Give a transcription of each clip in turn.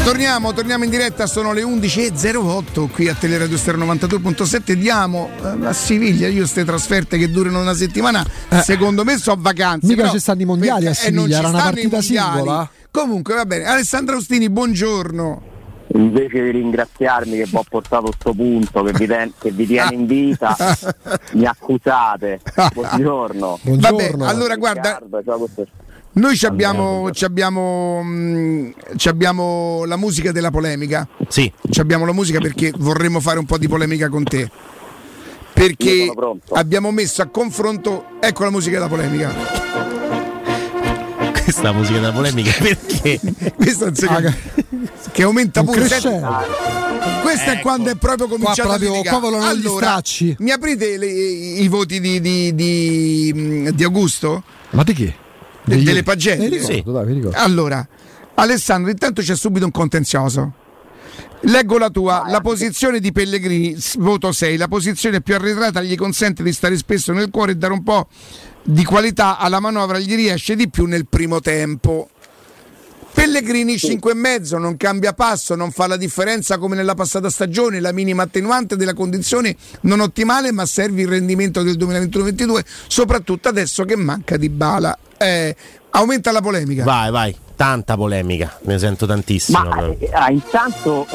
Torniamo in diretta, sono le 11.08 qui a Teleradio Stereo 92.7. Diamo a Siviglia, io queste trasferte che durano una settimana, secondo me sono vacanze. Mica ci stanno i mondiali a Siviglia, era una partita singola. Comunque va bene. Alessandro Austini, buongiorno. Invece di ringraziarmi che vi ho portato sto punto che vi tiene in vita, mi accusate. Buongiorno. Vabbè, allora guarda, noi abbiamo la musica della polemica. Sì. Abbiamo la musica perché vorremmo fare un po' di polemica con te. Perché abbiamo messo a confronto, ecco la musica della polemica. Questa è la musica della polemica perché? Questa che aumenta pure. Questo è quando è proprio cominciato a litigare. Allora, mi aprite i voti di Augusto? Ma di chi? Delle pagelle? Sì. Allora, Alessandro, intanto c'è subito un contenzioso. Leggo la tua. La posizione di Pellegrini, voto 6. La posizione più arretrata gli consente di stare spesso nel cuore e dare un po' di qualità alla manovra, gli riesce di più nel primo tempo. Pellegrini 5,5, non cambia passo, non fa la differenza come nella passata stagione, la minima attenuante della condizione non ottimale, ma serve il rendimento del 2021-22, soprattutto adesso che manca Dybala. Aumenta la polemica. Vai, tanta polemica, ne sento tantissimo. Ma intanto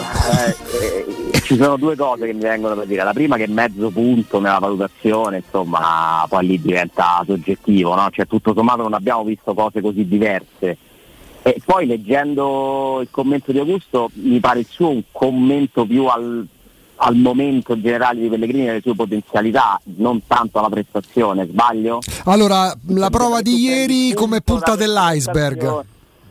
ci sono due cose che mi vengono da dire. La prima, che mezzo punto nella valutazione, insomma, poi lì diventa soggettivo, no? Cioè, tutto sommato non abbiamo visto cose così diverse. E poi leggendo il commento di Augusto mi pare il suo un commento più al momento generale di Pellegrini e alle sue potenzialità, non tanto alla prestazione, sbaglio? Allora, la prova di ieri come punta dell'iceberg.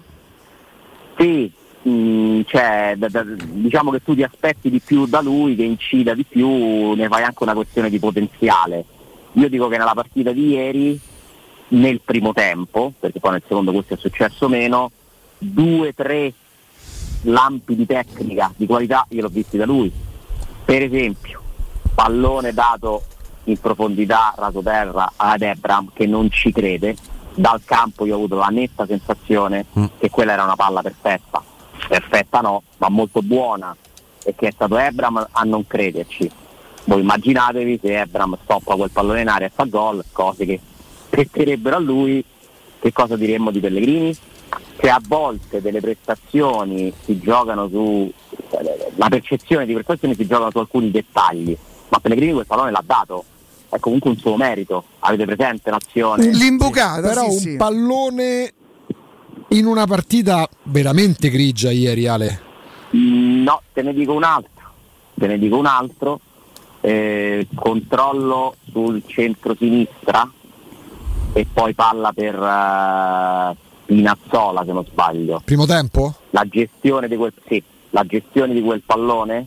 Sì, cioè, diciamo che tu ti aspetti di più da lui, che incida di più, ne fai anche una questione di potenziale. Io dico che nella partita di ieri, nel primo tempo, perché poi nel secondo questo è successo meno, 2-3 lampi di tecnica, di qualità, io l'ho visti da lui. Per esempio, pallone dato in profondità, raso terra ad Ebram che non ci crede, dal campo io ho avuto la netta sensazione che quella era una palla perfetta no, ma molto buona, e che è stato Ebram a non crederci. Voi immaginatevi se Ebram stoppa quel pallone in aria e fa gol, cose che petterebbero a lui, che cosa diremmo di Pellegrini? Che a volte delle prestazioni si giocano su la percezione di prestazioni, si giocano su alcuni dettagli, ma Pellegrini quel pallone l'ha dato, è comunque un suo merito. Avete presente l'azione? L'imbucata, però un pallone in una partita veramente grigia ieri, Ale. No, te ne dico un altro. Controllo sul centro-sinistra e poi palla per Spinazzola, se non sbaglio. Primo tempo? La gestione di quel pallone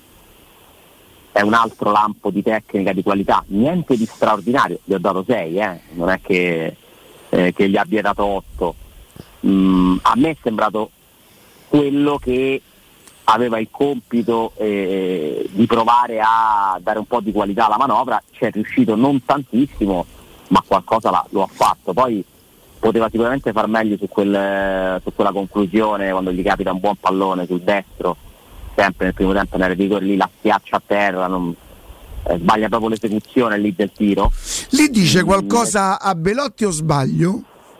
è un altro lampo di tecnica, di qualità, niente di straordinario. Gli ho dato 6, non è che gli abbia dato 8. A me è sembrato quello che aveva il compito di provare a dare un po' di qualità alla manovra. Ci è riuscito non tantissimo, ma qualcosa lo ha fatto. Poi poteva sicuramente far meglio su quella conclusione, quando gli capita un buon pallone sul destro, sempre nel primo tempo nel rigore, lì la schiaccia a terra, sbaglia proprio l'esecuzione lì del tiro. Lì dice qualcosa a Belotti o sbaglio?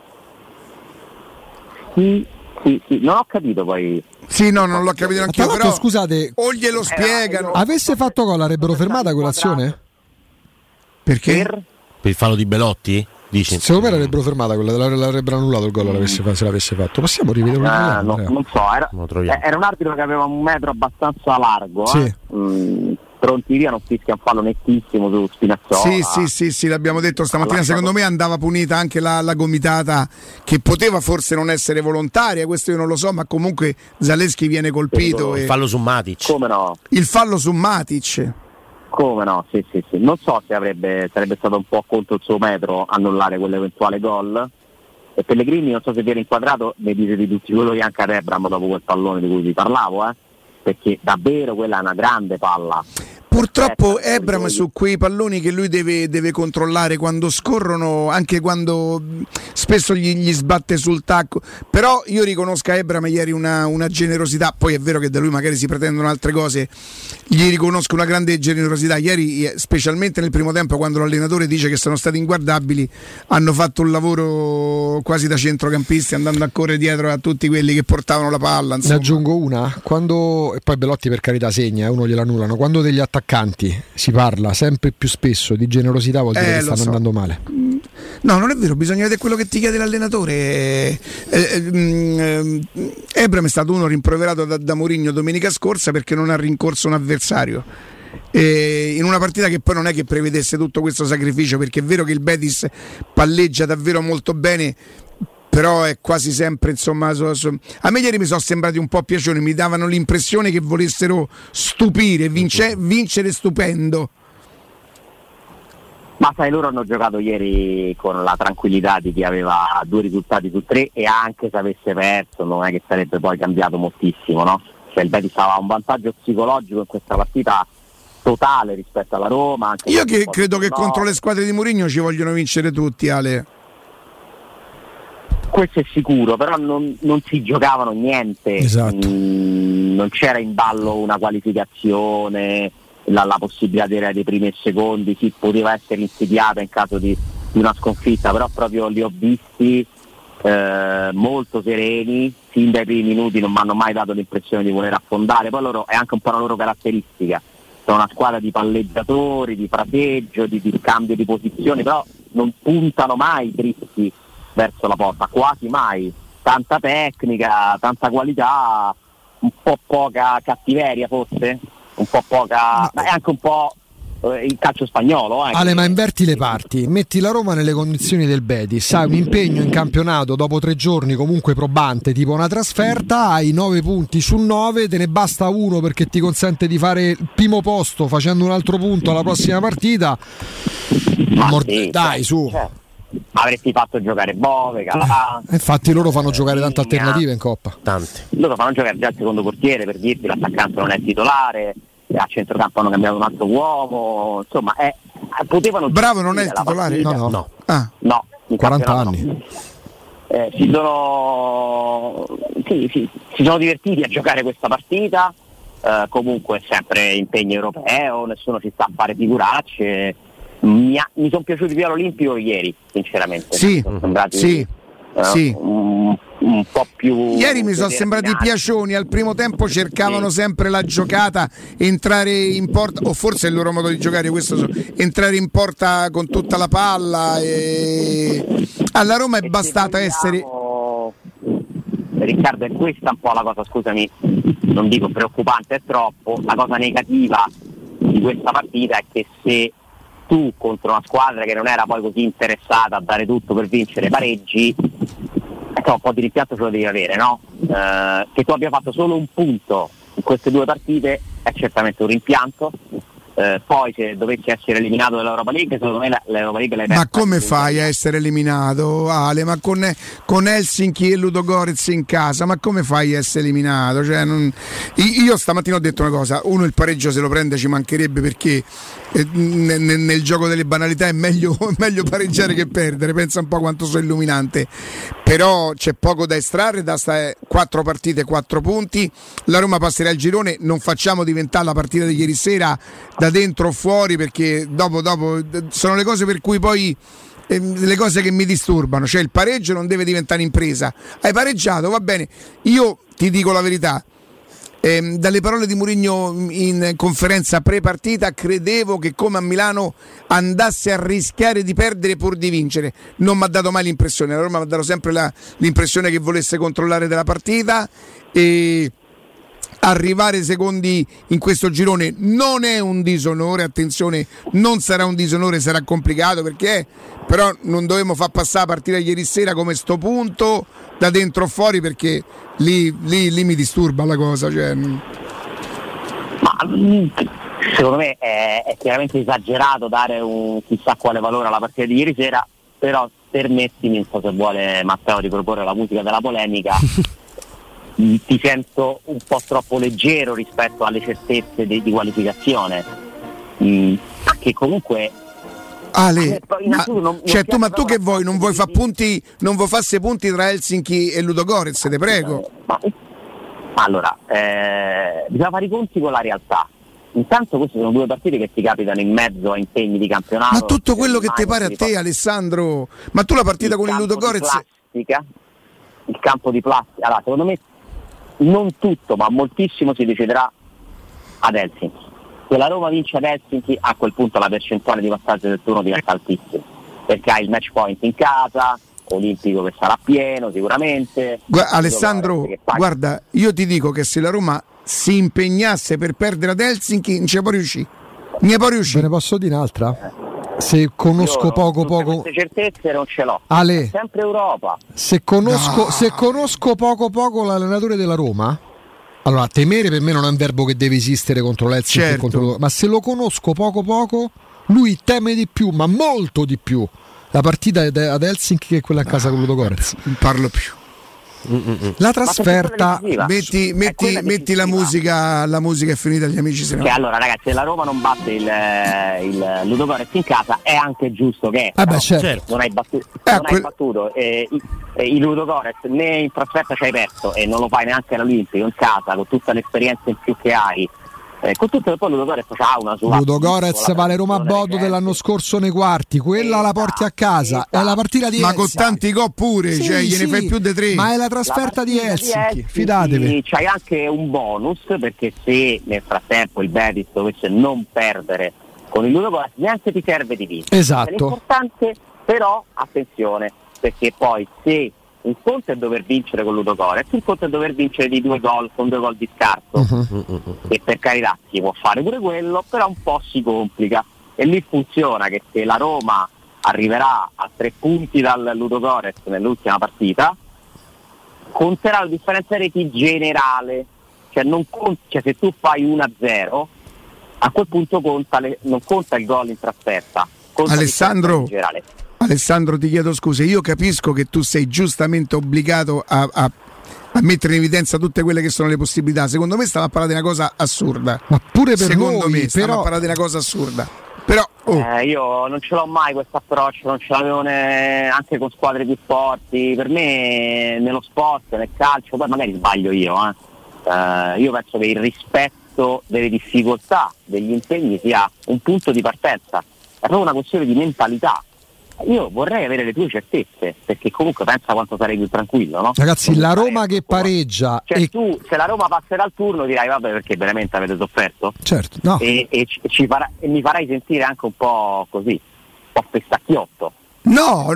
Sì, non ho capito poi. Sì, no, non l'ho capito neanche io, però scusate, o glielo spiegano. Avesse fatto gol l'avrebbero fermata quell'azione? Perché? Per il fallo di Belotti? Dici? Secondo me l'avrebbero fermata quella, l'avrebbero annullato il gol se l'avesse fatto. Possiamo rivederlo? Non so, era un arbitro che aveva un metro abbastanza largo, sì. Pronti via, non fischia un fallo nettissimo su Spinazzola. Sì, l'abbiamo detto stamattina. Secondo me andava punita anche la gomitata, che poteva forse non essere volontaria, questo io non lo so, ma comunque Zalewski viene colpito. Il fallo su Matic. Come no? Il fallo su Matic. Come no? Sì. Non so se sarebbe stato un po' contro il suo metro annullare quell'eventuale gol. E Pellegrini, non so se viene inquadrato, ne dite di tutti colori anche ad Ebram dopo quel pallone di cui vi parlavo, perché davvero quella è una grande palla. Purtroppo Ebram su quei palloni che lui deve controllare quando scorrono, anche quando spesso gli sbatte sul tacco, però io riconosco a Ebram ieri una generosità, poi è vero che da lui magari si pretendono altre cose, gli riconosco una grande generosità. Ieri, specialmente nel primo tempo, quando l'allenatore dice che sono stati inguardabili, hanno fatto un lavoro quasi da centrocampisti, andando a correre dietro a tutti quelli che portavano la palla, insomma. Ne aggiungo una, e poi Belotti per carità segna, uno gliela annullano, quando degli attaccanti si parla sempre più spesso di generosità vuol dire che stanno andando male. No, non è vero, bisogna vedere quello che ti chiede l'allenatore. Ebram è stato uno rimproverato da Mourinho domenica scorsa perché non ha rincorso un avversario. In una partita che poi non è che prevedesse tutto questo sacrificio, perché è vero che il Betis palleggia davvero molto bene, però è quasi sempre, insomma, a me ieri mi sono sembrati un po' piacioni, mi davano l'impressione che volessero stupire, vincere stupendo. Ma sai, loro hanno giocato ieri con la tranquillità di chi aveva 2 risultati su 3, e anche se avesse perso non è che sarebbe poi cambiato moltissimo, no? Cioè il Betis aveva un vantaggio psicologico in questa partita totale rispetto alla Roma. Anche io che credo che contro le squadre di Mourinho ci vogliono vincere tutti, Ale. Questo è sicuro, però non si giocavano niente. Esatto. Non c'era in ballo una qualificazione, la possibilità di avere dei primi e secondi, sì, poteva essere insidiata in caso di una sconfitta, però proprio li ho visti molto sereni, fin dai primi minuti non mi hanno mai dato l'impressione di voler affondare. Poi loro, è anche un po' la loro caratteristica, sono una squadra di palleggiatori, di fraseggio, di scambio di posizioni, però non puntano mai dritti verso la porta, quasi mai. Tanta tecnica, tanta qualità, un po' poca cattiveria forse, un po' poca, ma è anche un po' il calcio spagnolo. Ale, ma inverti le parti, metti la Roma nelle condizioni del Betis, hai un impegno in campionato dopo 3 giorni comunque probante, tipo una trasferta, hai 9 punti su 9, te ne basta uno perché ti consente di fare il primo posto facendo un altro punto alla prossima partita. Dai, su. Certo. Avresti fatto giocare Bove, Calà. Infatti loro fanno giocare tante alternative in Coppa. Tante. Loro fanno giocare già il secondo portiere, per dirti, l'attaccante non è titolare, a centrocampo hanno cambiato un altro uomo, insomma potevano. Bravo, non è il titolare? No. Ah. No, 40 anni. No. Si sono divertiti a giocare questa partita, comunque sempre impegno europeo, nessuno ci sta a fare figuracce. Mi sono piaciuti più all'Olimpico ieri, sinceramente. Sì, sono sembrati, sì. Un po' più. Ieri mi sono sembrati piacioni, al primo tempo cercavano sempre la giocata, entrare in porta, o forse è il loro modo di giocare, entrare in porta con tutta la palla. Alla Roma è bastata essere. Riccardo, è questa un po' la cosa, scusami, non dico preoccupante, è troppo. La cosa negativa di questa partita è che se tu contro una squadra che non era poi così interessata a dare tutto per vincere pareggi, un po' di rimpianto ce lo devi avere, no? Che tu abbia fatto solo un punto in queste 2 partite è certamente un rimpianto. Poi se dovessi essere eliminato dall'Europa League, secondo me l'Europa League l'hai persa. Ma come fai a essere eliminato, Ale? Ma con Helsinki e Ludogorets in casa, ma come fai a essere eliminato? Cioè, io stamattina ho detto una cosa: uno, il pareggio se lo prende ci mancherebbe, perché nel gioco delle banalità è meglio pareggiare che perdere, pensa un po' quanto sono illuminante. Però c'è poco da estrarre da 4 partite, 4 punti. La Roma passerà il girone, non facciamo diventare la partita di ieri sera da dentro o fuori, perché dopo sono le cose per cui poi le cose che mi disturbano. Cioè il pareggio non deve diventare impresa. Hai pareggiato, va bene. Io ti dico la verità, dalle parole di Mourinho in conferenza pre-partita credevo che come a Milano andasse a rischiare di perdere pur di vincere. Non mi ha dato mai l'impressione, la Roma mi ha dato sempre l'impressione che volesse controllare della partita, e arrivare secondi in questo girone non è un disonore, attenzione, non sarà un disonore, sarà complicato, perché però non dovevamo far passare la partita ieri sera come sto punto da dentro o fuori, perché lì mi disturba la cosa, cioè. Ma secondo me è chiaramente esagerato dare un chissà quale valore alla partita di ieri sera, però permettimi, non so se vuole Matteo riproporre la musica della polemica. Ti sento un po' troppo leggero rispetto alle certezze di qualificazione. che comunque Ale, ma tu che vuoi? Non vuoi fare punti, non vuoi farsi punti tra Helsinki e Ludogorets, te prego. Allora, bisogna fare i conti con la realtà. Intanto queste sono 2 partite che ti capitano in mezzo a impegni di campionato. Ma tutto quello che ti pare a te, Alessandro. Ma tu la partita con il Ludogorets, il campo di plastica, allora secondo me non tutto, ma moltissimo si deciderà ad Helsinki. Se la Roma vince ad Helsinki, a quel punto la percentuale di passaggio del turno diventa altissima, perché hai il match point in casa, Olimpico che sarà pieno sicuramente. Alessandro, guarda, io ti dico che se la Roma si impegnasse per perdere ad Helsinki non ci può riuscire. Ve ne posso dire un'altra? Se conosco poco queste certezze non ce l'ho. Ale, è sempre Europa. Se conosco poco l'allenatore della Roma, allora temere per me non è un verbo che deve esistere contro l'Helsinki, certo. Ma se lo conosco poco, lui teme di più, ma molto di più, la partita ad Helsinki che quella a casa con Ludogorets. Non parlo più. La trasferta, metti la musica è finita, gli amici se ne vanno. Allora ragazzi, se la Roma non batte il Ludogorets in casa è anche giusto che certo. non hai battuto il Ludogorets né in trasferta ci hai perso e non lo fai neanche all'Olimpico in casa con tutta l'esperienza in più che hai. Con tutto che poi Ludogorets ha una sua. Ludogorets vale Roma Bodo dell'anno scorso nei quarti, quella la porti a casa, è la partita di Helsinki. Ma con tanti gol pure, gliene fai più di 3. Ma è la trasferta di Helsinki, fidatevi. C'hai anche un bonus, perché se nel frattempo il Betis dovesse non perdere con il Ludogorets neanche ti serve di vincere. Esatto. È importante, però attenzione, perché poi se un conto è dover vincere con Ludogorets, un conto è dover vincere di 2 gol con 2 gol di scarto, e per carità si può fare pure quello, però un po' si complica e lì funziona che se la Roma arriverà a 3 punti dal Ludogorets nell'ultima partita conterà la differenza reti generale, cioè se tu fai 1-0 a quel punto non conta il gol in trasferta, conta Alessandro in generale. Alessandro, ti chiedo scusa, io capisco che tu sei giustamente obbligato a mettere in evidenza tutte quelle che sono le possibilità. Secondo me stava a parlare di una cosa assurda. Ma pure per secondo noi, me stava a parlare di una cosa assurda. Però io non ce l'ho mai questo approccio, non ce l'avevo anche con squadre più forti. Per me nello sport, nel calcio, poi magari sbaglio io penso che il rispetto delle difficoltà, degli impegni sia un punto di partenza, è proprio una questione di mentalità. Io vorrei avere le tue certezze, perché comunque pensa quanto sarei più tranquillo, no? Ragazzi, la Roma che pareggia, cioè tu se la Roma passerà il turno dirai vabbè, perché veramente avete sofferto? Certo, no. E mi farai sentire anche un po' così, un po' pestacchiotto. No.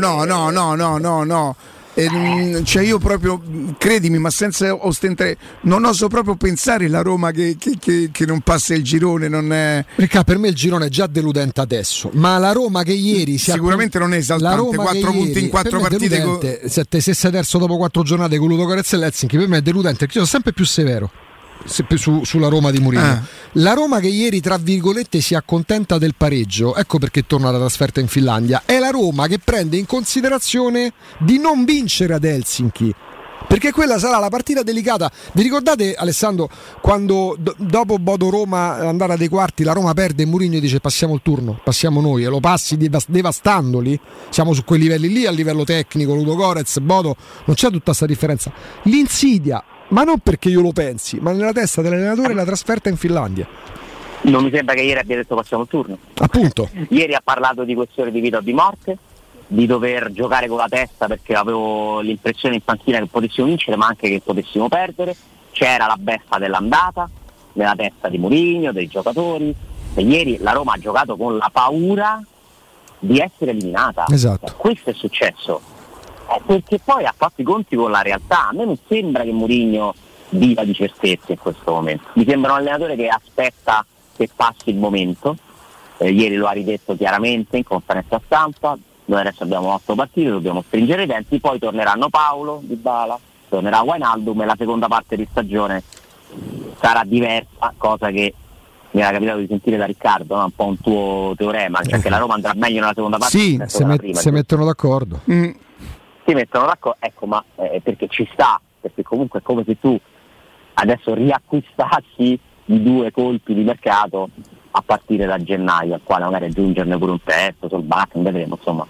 Cioè io proprio, credimi, ma senza ostentare, non oso proprio pensare la Roma che non passa il girone, non è... Perché per me il girone è già deludente adesso, ma la Roma che ieri sicuramente non è esaltante, 4 punti in 4 partite se sei terzo dopo 4 giornate con Ludogorets e Helsinki, per me è deludente, perché io sono sempre più severo sulla Roma di Mourinho. La Roma che ieri tra virgolette si accontenta del pareggio, ecco perché torna la trasferta in Finlandia, è la Roma che prende in considerazione di non vincere ad Helsinki, perché quella sarà la partita delicata. Vi ricordate, Alessandro, quando dopo Bodo-Roma andare dei quarti la Roma perde e Mourinho dice passiamo il turno, passiamo noi, e lo passi devastandoli? Siamo su quei livelli lì, a livello tecnico, Ludogorets, Bodo, non c'è tutta questa differenza, l'insidia, ma non perché io lo pensi, ma nella testa dell'allenatore la trasferta in Finlandia. Non mi sembra che ieri abbia detto passiamo il turno. Appunto. Ieri ha parlato di questione di vita o di morte, di dover giocare con la testa, perché avevo l'impressione in panchina che potessimo vincere ma anche che potessimo perdere. C'era la beffa dell'andata nella testa di Mourinho, dei giocatori, e ieri la Roma ha giocato con la paura di essere eliminata. Esatto. Questo è successo, perché poi ha fatto i conti con la realtà. A me non sembra che Mourinho viva di certezze in questo momento, mi sembra un allenatore che aspetta che passi il momento. Ieri lo ha ridetto chiaramente in conferenza stampa: noi adesso abbiamo 8 partite, dobbiamo stringere i denti, poi torneranno Paolo, Dybala, tornerà Wijnaldum e la seconda parte di stagione sarà diversa, cosa che mi era capitato di sentire da Riccardo, no? Un po' un tuo teorema, cioè che la Roma andrà meglio nella seconda parte. Sì, se mettono d'accordo. Si mettono d'accordo, ecco, ma perché ci sta, perché comunque è come se tu adesso riacquistassi i 2 colpi di mercato a partire da gennaio, al quale magari aggiungerne pure un terzo sul back, vedremo, insomma.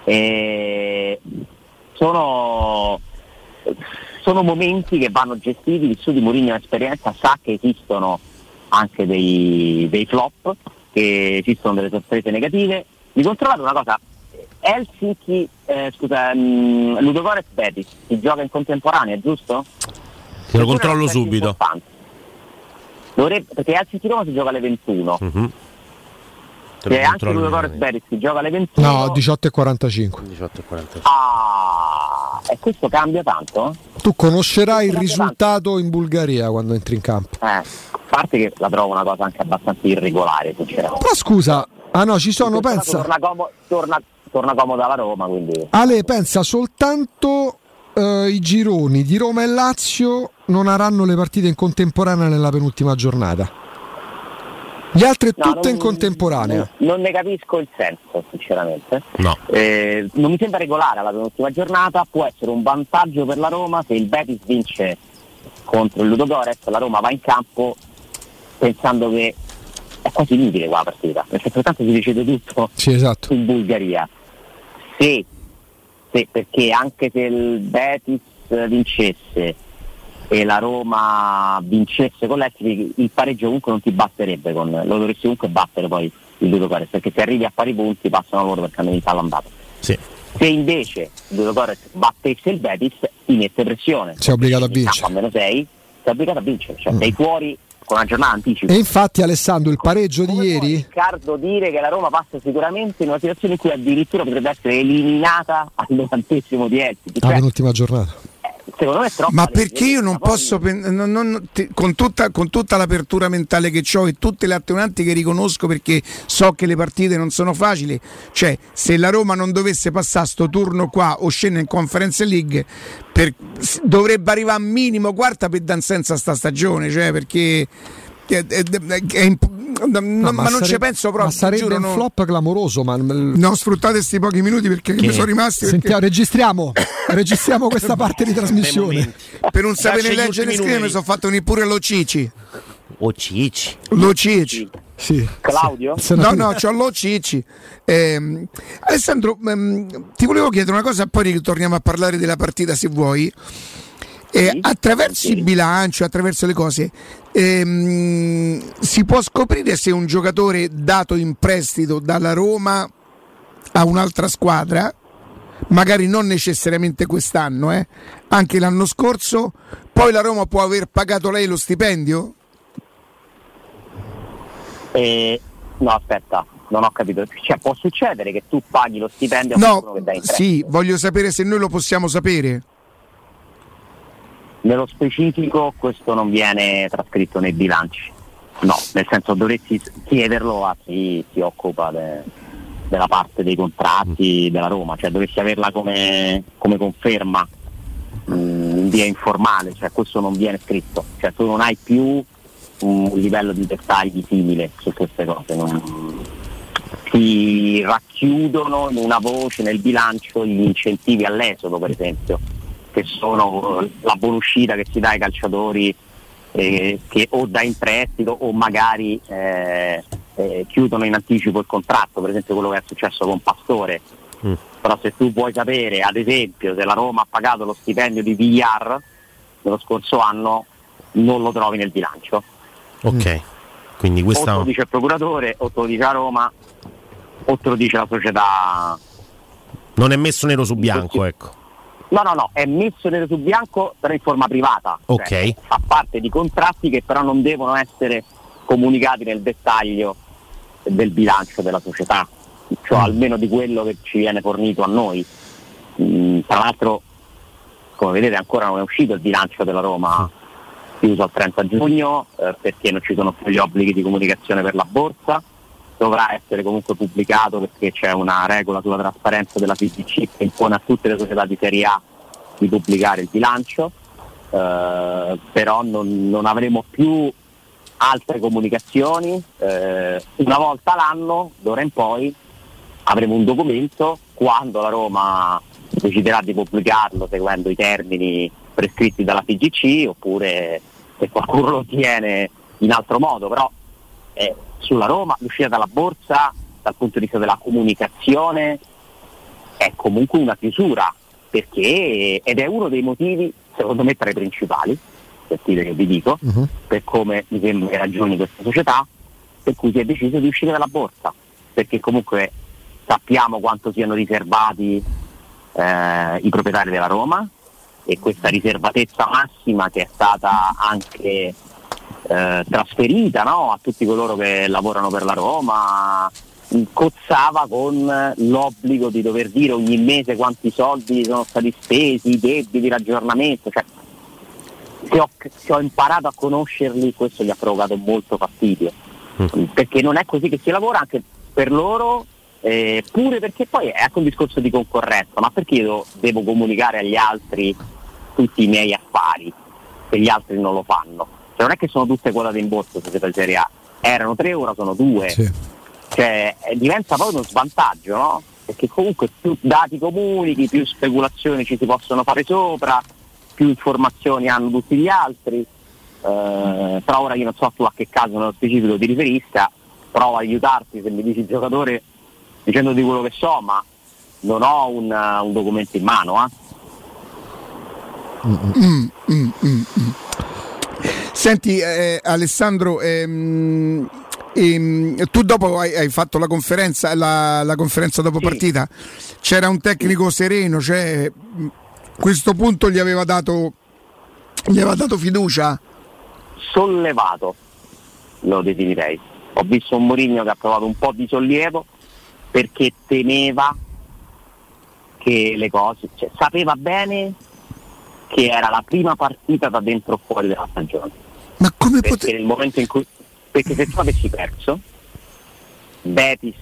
Sono momenti che vanno gestiti, vissuti. Mourinho ha esperienza, sa che esistono anche dei flop, che esistono delle sorprese negative. Vi controllate una cosa, Helsinki, Ludogorets Betis si gioca in contemporanea, giusto? Te lo controllo subito. Perché Helsinki Roma si gioca alle 21. Mm-hmm. Se anche Ludogorets Betis si gioca alle 21. No, 18:45. 18:45. E questo cambia tanto? Tu conoscerai il risultato in Bulgaria quando entri in campo. A parte che la trovo una cosa anche abbastanza irregolare, sinceramente. Però scusa, ci sono, pensa. Torna comoda la Roma, quindi. Ale, pensa soltanto i gironi di Roma e Lazio non avranno le partite in contemporanea nella penultima giornata. Gli altri tutte in contemporanea. Non ne capisco il senso, sinceramente. No. Non mi sembra regolare alla penultima giornata. Può essere un vantaggio per la Roma se il Betis vince contro il Ludogorets, la Roma va in campo pensando che è quasi inutile qua la partita, perché soltanto si decide tutto. Sì, esatto. In Bulgaria. Sì, perché anche se il Betis vincesse e la Roma vincesse con l'Helsinki, il pareggio comunque non ti basterebbe, lo dovresti comunque battere poi il Ludogorets, perché se arrivi a pari punti passano loro perché hanno vinto all'andata. Sì. Se invece il Ludogorets battesse il Betis, ti mette pressione. Sei obbligato a vincere. A meno 6, sei obbligato a vincere, cioè sei fuori con una giornata anticipo. E infatti, Alessandro, il pareggio di ieri. Riccardo dire che la Roma passa sicuramente in una situazione in cui addirittura potrebbe essere eliminata al 90° di Helsinki. La penultima giornata. Secondo me è troppo. Ma perché io non posso con tutta l'apertura mentale che ho e tutte le attenuanti che riconosco, perché so che le partite non sono facili, cioè se la Roma non dovesse passare sto turno qua o scende in Conference League, dovrebbe arrivare a minimo quarta per dan senza sta stagione, cioè perché ma non ci penso proprio. Ma sarebbe giuro, un flop clamoroso. Non sfruttate questi pochi minuti perché mi sono rimasti. Sentiamo, registriamo questa parte di trasmissione. Per non sapere leggere e scrivere mi sono fatto venire pure lo Cici. O Cici. Lo Cici. Sì. Claudio? No, c'ho lo Cici. Alessandro, ti volevo chiedere una cosa, poi ritorniamo a parlare della partita se vuoi. Attraverso il bilancio, attraverso le cose, si può scoprire se un giocatore dato in prestito dalla Roma a un'altra squadra, magari non necessariamente quest'anno, anche l'anno scorso, poi la Roma può aver pagato lei lo stipendio? No, aspetta, non ho capito. Cioè, può succedere che tu paghi lo stipendio a qualcuno che dai in prestito? Sì, voglio sapere se noi lo possiamo sapere. Nello specifico questo non viene trascritto nei bilanci, no, nel senso dovresti chiederlo a chi si occupa della parte dei contratti della Roma, cioè dovresti averla come conferma in via informale, cioè questo non viene scritto, cioè tu non hai più un livello di dettagli simile su queste cose, si racchiudono in una voce nel bilancio gli incentivi all'esodo, per esempio, che sono la buonuscita che si dà ai calciatori che o da in prestito o magari chiudono in anticipo il contratto, per esempio quello che è successo con Pastore. Però se tu vuoi sapere, ad esempio, se la Roma ha pagato lo stipendio di Villar nello scorso anno, non lo trovi nel bilancio. Ok, quindi questa... O te lo dice il procuratore, o te lo dice la Roma, o te lo dice la società. Non è messo nero su bianco, ecco. No, è messo nero su bianco però in forma privata. Ok. Cioè, fa parte di contratti che però non devono essere comunicati nel dettaglio del bilancio della società, cioè almeno di quello che ci viene fornito a noi. Tra l'altro, come vedete, ancora non è uscito il bilancio della Roma, chiuso al 30 giugno, perché non ci sono più gli obblighi di comunicazione per la borsa. Dovrà essere comunque pubblicato perché c'è una regola sulla trasparenza della FIGC che impone a tutte le società di Serie A di pubblicare il bilancio, però non avremo più altre comunicazioni. Una volta l'anno, d'ora in poi, avremo un documento. Quando la Roma deciderà di pubblicarlo seguendo i termini prescritti dalla FIGC, oppure se qualcuno lo tiene in altro modo, però sulla Roma l'uscita dalla borsa dal punto di vista della comunicazione è comunque una chiusura, perché ed è uno dei motivi, secondo me, tra i principali, sentite che vi dico, per come mi sembra che ragioni questa società, per cui si è deciso di uscire dalla borsa, perché comunque sappiamo quanto siano riservati i proprietari della Roma, e questa riservatezza massima che è stata anche trasferita, no, a tutti coloro che lavorano per la Roma, cozzava con l'obbligo di dover dire ogni mese quanti soldi sono stati spesi, i debiti, l'aggiornamento. Cioè, se ho imparato a conoscerli, questo gli ha provocato molto fastidio, perché non è così che si lavora anche per loro, pure perché poi è anche un discorso di concorrenza, ma perché io devo comunicare agli altri tutti i miei affari se gli altri non lo fanno? Cioè, non è che sono tutte quotate in borsa società di Serie A, erano 3, ora sono 2. Sì. Cioè diventa poi uno svantaggio, no? Perché comunque più dati comunichi, più speculazioni ci si possono fare sopra, più informazioni hanno tutti gli altri. Però ora io non so tu a che caso nello specifico ti riferisca, provo a aiutarti se mi dici il giocatore dicendoti quello che so, ma non ho un documento in mano. Senti Alessandro, tu dopo hai fatto la conferenza dopo partita, c'era un tecnico sereno, cioè questo punto gli aveva dato fiducia? Sollevato lo definirei. Ho visto un Mourinho che ha provato un po' di sollievo perché temeva che le cose, cioè sapeva bene che era la prima partita da dentro o fuori della stagione, ma come perché nel momento in cui, perché se tu avessi perso Betis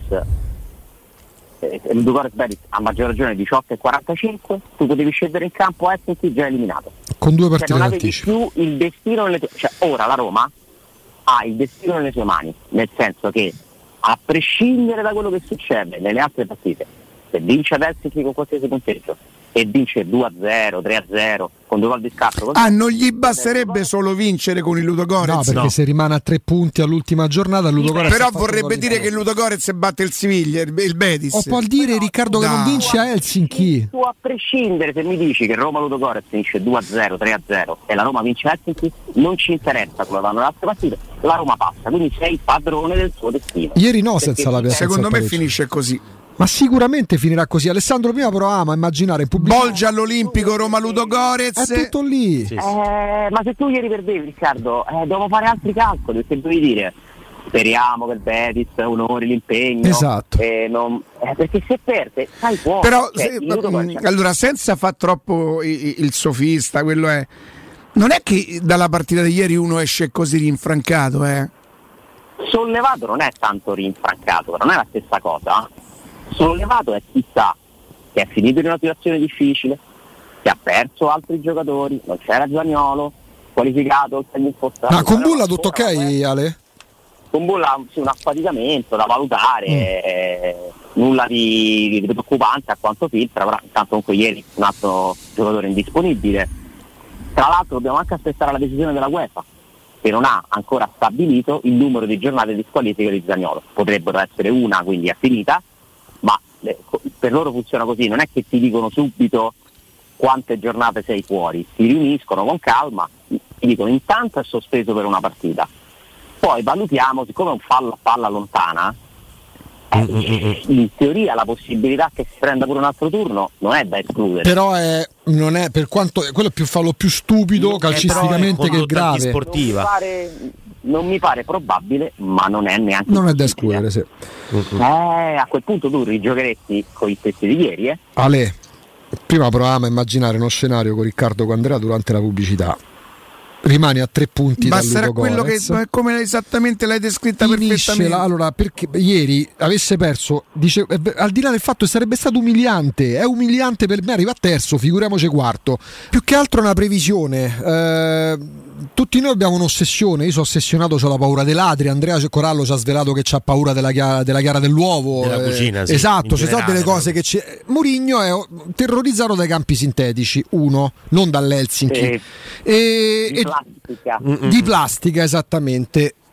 Ludogorets Betis a maggior ragione 18:45, tu potevi scendere in campo a Helsinki già eliminato con 2 partite, non avevi più il destino nelle tue, cioè ora la Roma ha il destino nelle sue mani, nel senso che a prescindere da quello che succede nelle altre partite, se vince ad Helsinki con qualsiasi punteggio e vince 2-0, 3-0 con 2 gol di scarto, non gli basterebbe solo vincere con il Ludogorets? No, perché se rimane a 3 punti all'ultima giornata il Ludogorets, però vorrebbe dire che il Ludogorets batte il Siviglia, il Betis, o può dire Riccardo che non vince a Helsinki. Tu a prescindere, se mi dici che Roma Ludogorets vince 2-0, 3-0 e la Roma vince a Helsinki, non ci interessa come vanno le altre partite, la Roma passa, quindi sei padrone del suo destino. Ieri no, senza la piazza. Secondo me finisce così. Ma sicuramente finirà così. Alessandro prima provavamo a immaginare in pubblicità Bolgia all'Olimpico, Roma Ludogorets, è tutto lì. Sì. Ma se tu ieri perdevi, Riccardo, devo fare altri calcoli, perché devi dire speriamo che il Betis onori l'impegno, esatto, perché se perde sai fuori. Però allora, senza far troppo il sofista, quello è, non è che dalla partita di ieri uno esce così rinfrancato, sollevato non è tanto rinfrancato, non è la stessa cosa. Sollevato è chi sa che è finito in una situazione difficile, che ha perso altri giocatori, non c'era Zaniolo, qualificato oltre agli infortunati. Ma con Bulla tutto ok, Ale? Con Bulla un affaticamento da valutare, nulla di preoccupante a quanto filtra, però intanto comunque ieri un altro giocatore indisponibile. Tra l'altro dobbiamo anche aspettare la decisione della UEFA, che non ha ancora stabilito il numero di giornate di squalifica di Zaniolo. Potrebbero essere una, quindi è finita, ma per loro funziona così, non è che ti dicono subito quante giornate sei fuori, si riuniscono con calma, ti dicono intanto è sospeso per una partita, poi valutiamo, siccome è un fallo a palla lontana, in teoria la possibilità che si prenda pure un altro turno non è da escludere. Però non è, per quanto quello è più fallo più stupido calcisticamente che grave, sportiva. Non mi pare probabile, ma non è neanche non è da escludere, sì. A quel punto tu rigiocheresti con i pezzi di ieri, Ale, prima provavamo a immaginare uno scenario con Riccardo Quandrea durante la pubblicità. Rimani a 3 punti dal Basterà quello che come esattamente l'hai descritta perfettamente. Allora, perché ieri avesse perso, dice, al di là del fatto che sarebbe stato umiliante, è umiliante per me, arriva a terzo, figuriamoci quarto. Più che altro una previsione. Tutti noi abbiamo un'ossessione, io sono ossessionato, ho la paura dei ladri, Andrea Corallo ci ha svelato che c'ha paura della chiara dell'uovo, della cucina, sì, esatto, ci sono delle cose che Mourinho è terrorizzato dai campi sintetici, non dall'Helsinki, di plastica. Di plastica, esattamente.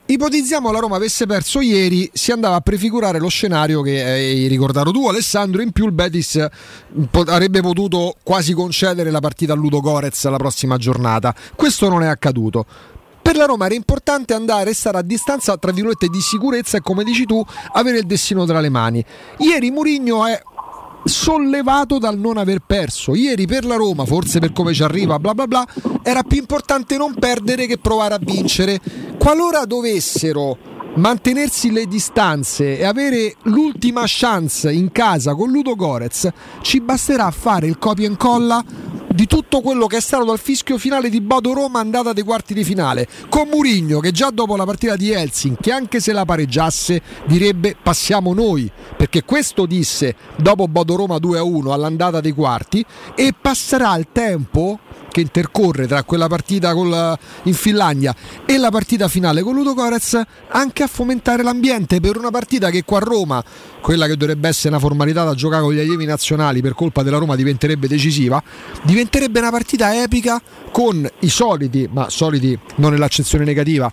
ipotizziamo la Roma avesse perso ieri, si andava a prefigurare lo scenario che hai ricordato tu, Alessandro. In più il Betis avrebbe potuto quasi concedere la partita a Ludogorets la prossima giornata. Questo non è accaduto. Per la Roma era importante andare a stare a distanza, tra virgolette, di sicurezza e, come dici tu, avere il destino tra le mani. Ieri Mourinho è sollevato dal non aver perso. Ieri per la Roma, forse per come ci arriva bla bla bla, era più importante non perdere che provare a vincere. Qualora dovessero mantenersi le distanze e avere l'ultima chance in casa con Ludogorets, ci basterà fare il copia e incolla di tutto quello che è stato dal fischio finale di Bodo Roma andata dei quarti di finale, con Mourinho che già dopo la partita di Helsinki, anche se la pareggiasse, direbbe passiamo noi, perché questo disse dopo Bodo Roma 2-1 all'andata dei quarti, e passerà il tempo che intercorre tra quella partita in Finlandia e la partita finale con Ludogorets anche a fomentare l'ambiente per una partita che qua a Roma, quella che dovrebbe essere una formalità da giocare con gli allievi nazionali, per colpa della Roma diventerebbe decisiva, diventerebbe una partita epica con i soliti, ma soliti non è l'accezione negativa,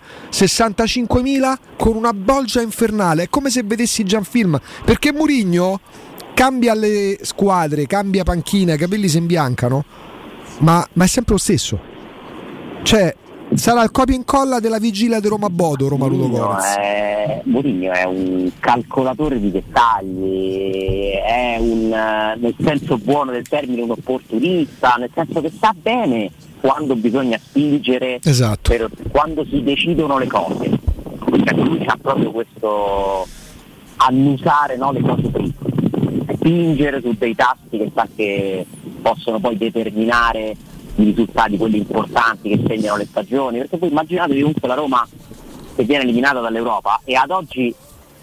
65.000 con una bolgia infernale. È come se vedessi già un film, perché Mourinho cambia le squadre, cambia panchina, i capelli si imbiancano, ma è sempre lo stesso. Cioè sarà il copia e incolla della vigilia di Roma Bodo, Roma Ludogorets. Mourinho è un calcolatore di dettagli, è nel senso buono del termine un opportunista, nel senso che sa bene quando bisogna spingere, esatto, quando si decidono le cose. Cioè, lui ha proprio questo annusare, no, le cose prima, spingere su dei tasti che sa che possono poi determinare i risultati, quelli importanti che segnano le stagioni, perché poi immaginatevi comunque la Roma che viene eliminata dall'Europa e ad oggi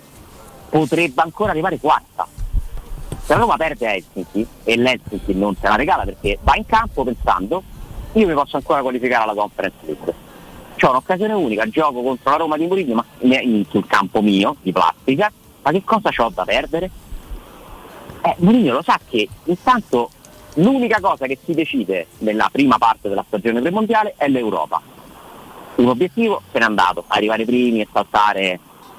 potrebbe ancora arrivare quarta. Se la Roma perde a Helsinki, e l'Helsinki non se la regala perché va in campo pensando io mi posso ancora qualificare alla Conference League, c'ho un'occasione unica, gioco contro la Roma di Mourinho ma sul campo mio di plastica, ma che cosa c'ho da perdere? Mourinho lo sa che intanto l'unica cosa che si decide nella prima parte della stagione premondiale è l'Europa. Un obiettivo se n'è andato, arrivare primi e saltare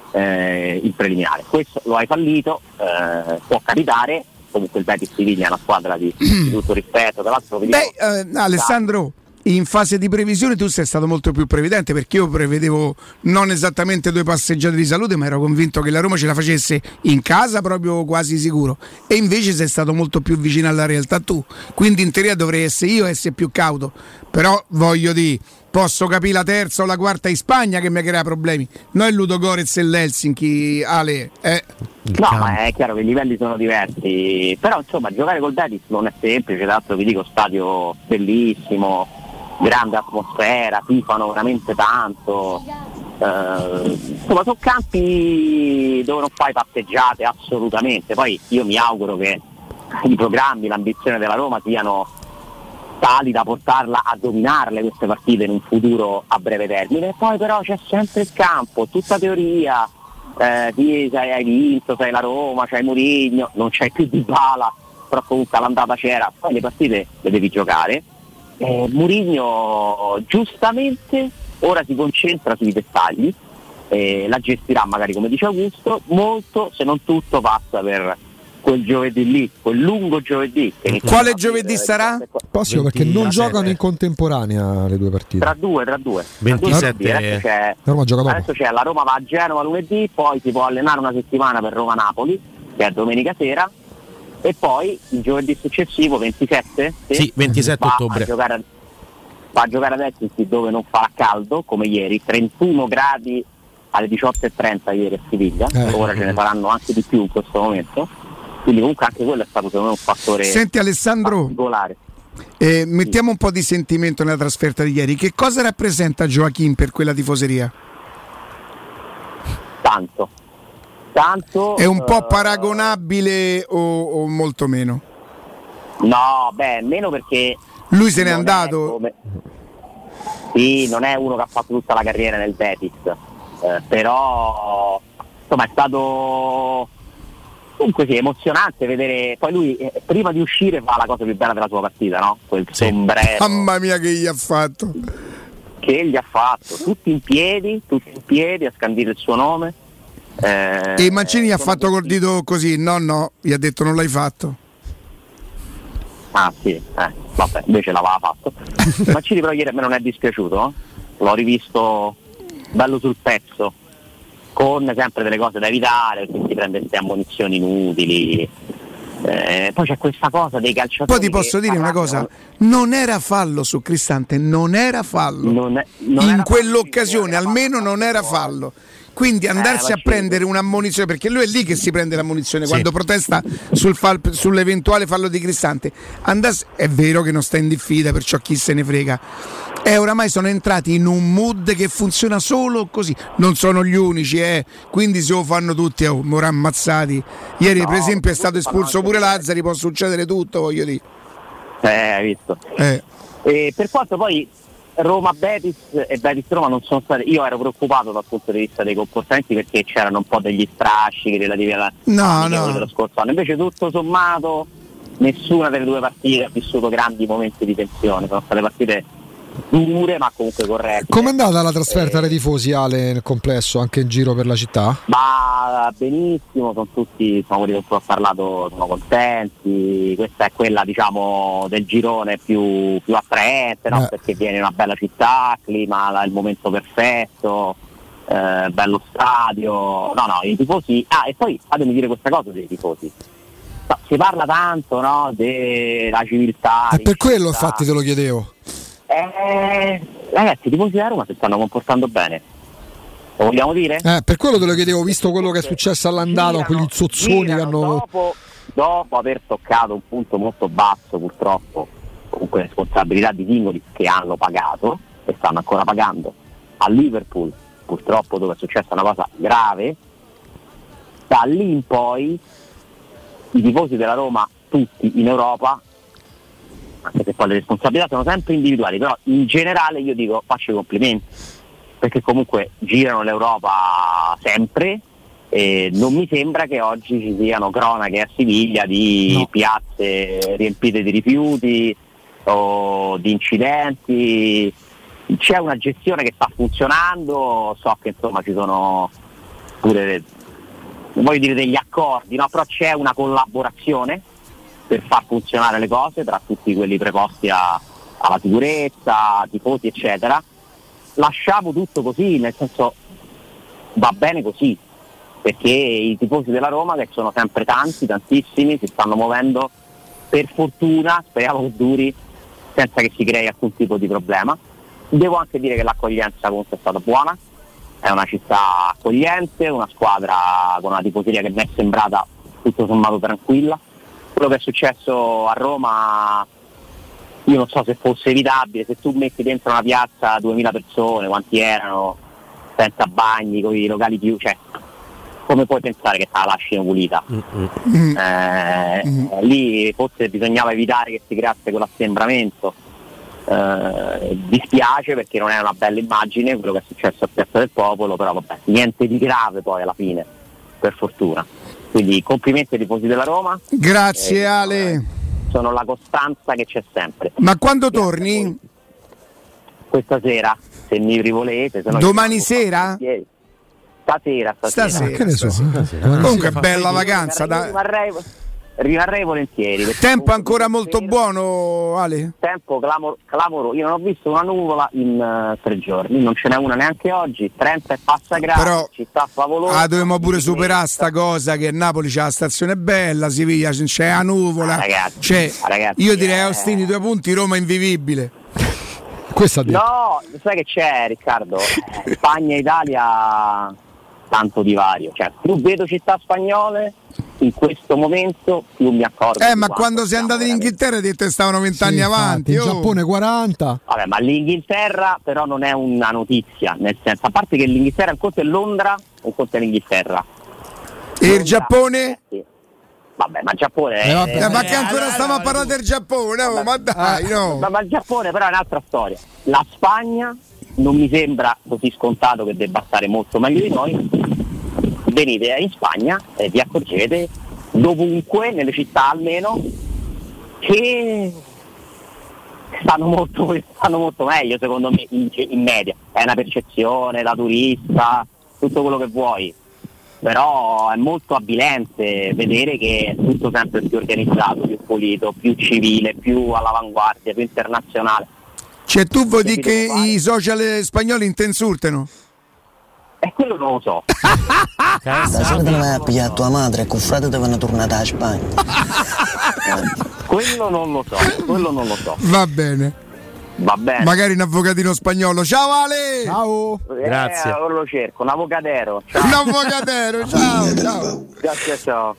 il preliminare. Questo lo hai fallito, può capitare. Comunque il Betis Siviglia è una squadra di tutto rispetto. Tra l'altro Alessandro, in fase di previsione tu sei stato molto più previdente, perché io prevedevo non esattamente 2 passeggiate di salute, ma ero convinto che la Roma ce la facesse in casa proprio quasi sicuro, e invece sei stato molto più vicino alla realtà tu, quindi in teoria dovrei essere io essere più cauto, però voglio dire, posso capire la terza o la quarta in Spagna che mi crea problemi, non il Ludogorets e l'Helsinki, Ale. No, ma è chiaro che i livelli sono diversi, però insomma giocare col Betis non è semplice, tra l'altro vi dico stadio bellissimo, grande atmosfera, tifano veramente tanto, insomma sono campi dove non fai passeggiate assolutamente. Poi io mi auguro che i programmi, l'ambizione della Roma siano tali da portarla a dominarle queste partite in un futuro a breve termine. Poi però c'è sempre il campo, tutta teoria, hai vinto, sei la Roma, c'hai Mourinho, non c'hai più Dybala, però comunque all'andata c'era, poi le partite le devi giocare. Mourinho giustamente ora si concentra sui dettagli, la gestirà magari come dice Augusto, molto se non tutto passa per quel giovedì lì, quel lungo giovedì. Quale giovedì sarà? Prossimo, perché non giocano in contemporanea le due partite. Tra due. 27. Adesso c'è la Roma va a Genova lunedì, poi si può allenare una settimana per Roma-Napoli, che è domenica sera, e poi il giovedì successivo, 27? Sì, 27 ottobre. Va a giocare ad Helsinki dove non farà caldo, come ieri, 31 gradi alle 18:30 ieri a Siviglia, ora ce ne faranno anche di più in questo momento, quindi comunque anche quello è stato secondo me un fattore. Senti Alessandro, particolare. Mettiamo un po' di sentimento nella trasferta di ieri, che cosa rappresenta Joachim per quella tifoseria? Tanto. È un po' paragonabile o molto meno? No, meno perché lui se n'è andato. Sì, non è uno che ha fatto tutta la carriera nel Betis, però insomma è stato comunque sì, emozionante vedere. Poi lui prima di uscire fa la cosa più bella della sua partita, no? Quel sombrero. Mamma mia che gli ha fatto! che gli ha fatto, tutti in piedi a scandire il suo nome. E Mancini ha fatto col dito così, no, gli ha detto non l'hai fatto. Ah sì, vabbè, invece l'aveva fatto. Mancini però ieri a me non è dispiaciuto, l'ho rivisto bello sul pezzo, con sempre delle cose da evitare, perché si prende queste ammonizioni inutili. Poi c'è questa cosa dei calciatori. Poi ti posso dire una cosa, non era fallo su Cristante, non era fallo. In quell'occasione almeno non era fallo. Quindi andarsi a prendere un'ammonizione, perché lui è lì che si prende l'ammonizione quando protesta sull'eventuale fallo di Cristante. È vero che non sta in diffida, perciò chi se ne frega. Oramai sono entrati in un mood che funziona solo così. Non sono gli unici, quindi se lo fanno tutti, ora ammazzati. Ieri per esempio è stato espulso pure Lazzari, può succedere tutto, voglio dire. Hai visto. E per quanto poi Roma-Betis e Betis-Roma non sono state, io ero preoccupato dal punto di vista dei comportamenti, perché c'erano un po' degli strascichi relativi alla dello scorso anno. Invece tutto sommato nessuna delle due partite ha vissuto grandi momenti di tensione, sono state partite dure ma comunque corrette. Com'è andata la trasferta dei tifosi, Ale, nel complesso, anche in giro per la città? Ma benissimo, sono tutti, quelli con cui ho parlato sono contenti. Questa è quella, diciamo, del girone più attraente, no? Perché viene una bella città, clima, il momento perfetto, bello stadio. No, i tifosi. E poi fatemi dire questa cosa dei tifosi. Si parla tanto, no, della civiltà. È per quello infatti te lo chiedevo. Ragazzi, i tifosi della Roma si stanno comportando bene, lo vogliamo dire? Per quello te lo chiedevo, visto quello che è successo all'andata, quegli zozzoni che hanno dopo aver toccato un punto molto basso, purtroppo, comunque responsabilità di singoli che hanno pagato e stanno ancora pagando, a Liverpool purtroppo, dove è successa una cosa grave. Da lì in poi i tifosi della Roma tutti in Europa, anche se poi le responsabilità sono sempre individuali, però in generale io dico faccio i complimenti, perché comunque girano l'Europa sempre e non mi sembra che oggi ci siano cronache a Siviglia di piazze riempite di rifiuti o di incidenti. C'è una gestione che sta funzionando, so che insomma ci sono pure, non voglio dire degli accordi, no? Però c'è una collaborazione per far funzionare le cose tra tutti quelli preposti alla sicurezza, tifosi eccetera. Lasciamo tutto così, nel senso va bene così, perché i tifosi della Roma, che sono sempre tantissimi, si stanno muovendo, per fortuna, speriamo che duri, senza che si crei alcun tipo di problema. Devo anche dire che l'accoglienza comunque è stata buona, è una città accogliente, una squadra con una tifoseria che mi è sembrata tutto sommato tranquilla. Quello che è successo a Roma, io non so se fosse evitabile. Se tu metti dentro una piazza 2000 persone, quanti erano, senza bagni, con i locali più, cioè, come puoi pensare che te la lasciano pulita? Lì forse bisognava evitare che si creasse quell'assembramento. Dispiace perché non è una bella immagine quello che è successo a Piazza del Popolo, però vabbè, niente di grave poi alla fine, per fortuna. Quindi complimenti ai tifosi della Roma. Grazie Ale. Sono la costanza che c'è sempre. Ma quando torni? Questa sera, se mi rivolete. Domani sera? Stasera. Che ne so. Comunque bella vacanza. Rimarrei volentieri. Tempo ancora molto buono, Ale? Tempo clamoroso. Io non ho visto una nuvola in 3 giorni, non ce n'è una neanche oggi. 30 e passa gradi, però città favolosa. Dobbiamo pure superare sta cosa che Napoli c'è la stazione bella, Siviglia c'è la nuvola. Ragazzi, io direi Austini 2 punti, Roma invivibile. No, sai che c'è, Riccardo? Spagna e Italia tanto divario, cioè più vedo città spagnole in questo momento più mi accorgo. Ma quando sei andato in Inghilterra hai detto che stavano 20 anni avanti. In Giappone 40. Vabbè, ma l'Inghilterra però non è una notizia, nel senso, a parte che l'Inghilterra un conto è Londra, un conto è l'Inghilterra. E il Giappone? Sì. Vabbè, ma il Giappone ma che ancora stiamo a parlare del Giappone? Vabbè, ma dai, no. Ma il Giappone però è un'altra storia. La Spagna non mi sembra così scontato che debba stare molto meglio di noi. Venite in Spagna e vi accorgete dovunque, nelle città almeno, che stanno molto meglio secondo me in media. È una percezione da turista, tutto quello che vuoi, però è molto avvilente vedere che è tutto sempre più organizzato, più pulito, più civile, più all'avanguardia, più internazionale. Cioè tu vuoi dire che i social spagnoli ti insultano? E quello non lo so. Stasera te ne vai a pigliare tua madre e con frate devono tornare a Spagna. Quello non lo so. Va bene. Magari un avvocatino spagnolo. Ciao Ale! Ciao! Grazie. Lo cerco, un avvocatero. Ciao. Un avvocatero, ciao. Grazie, ciao.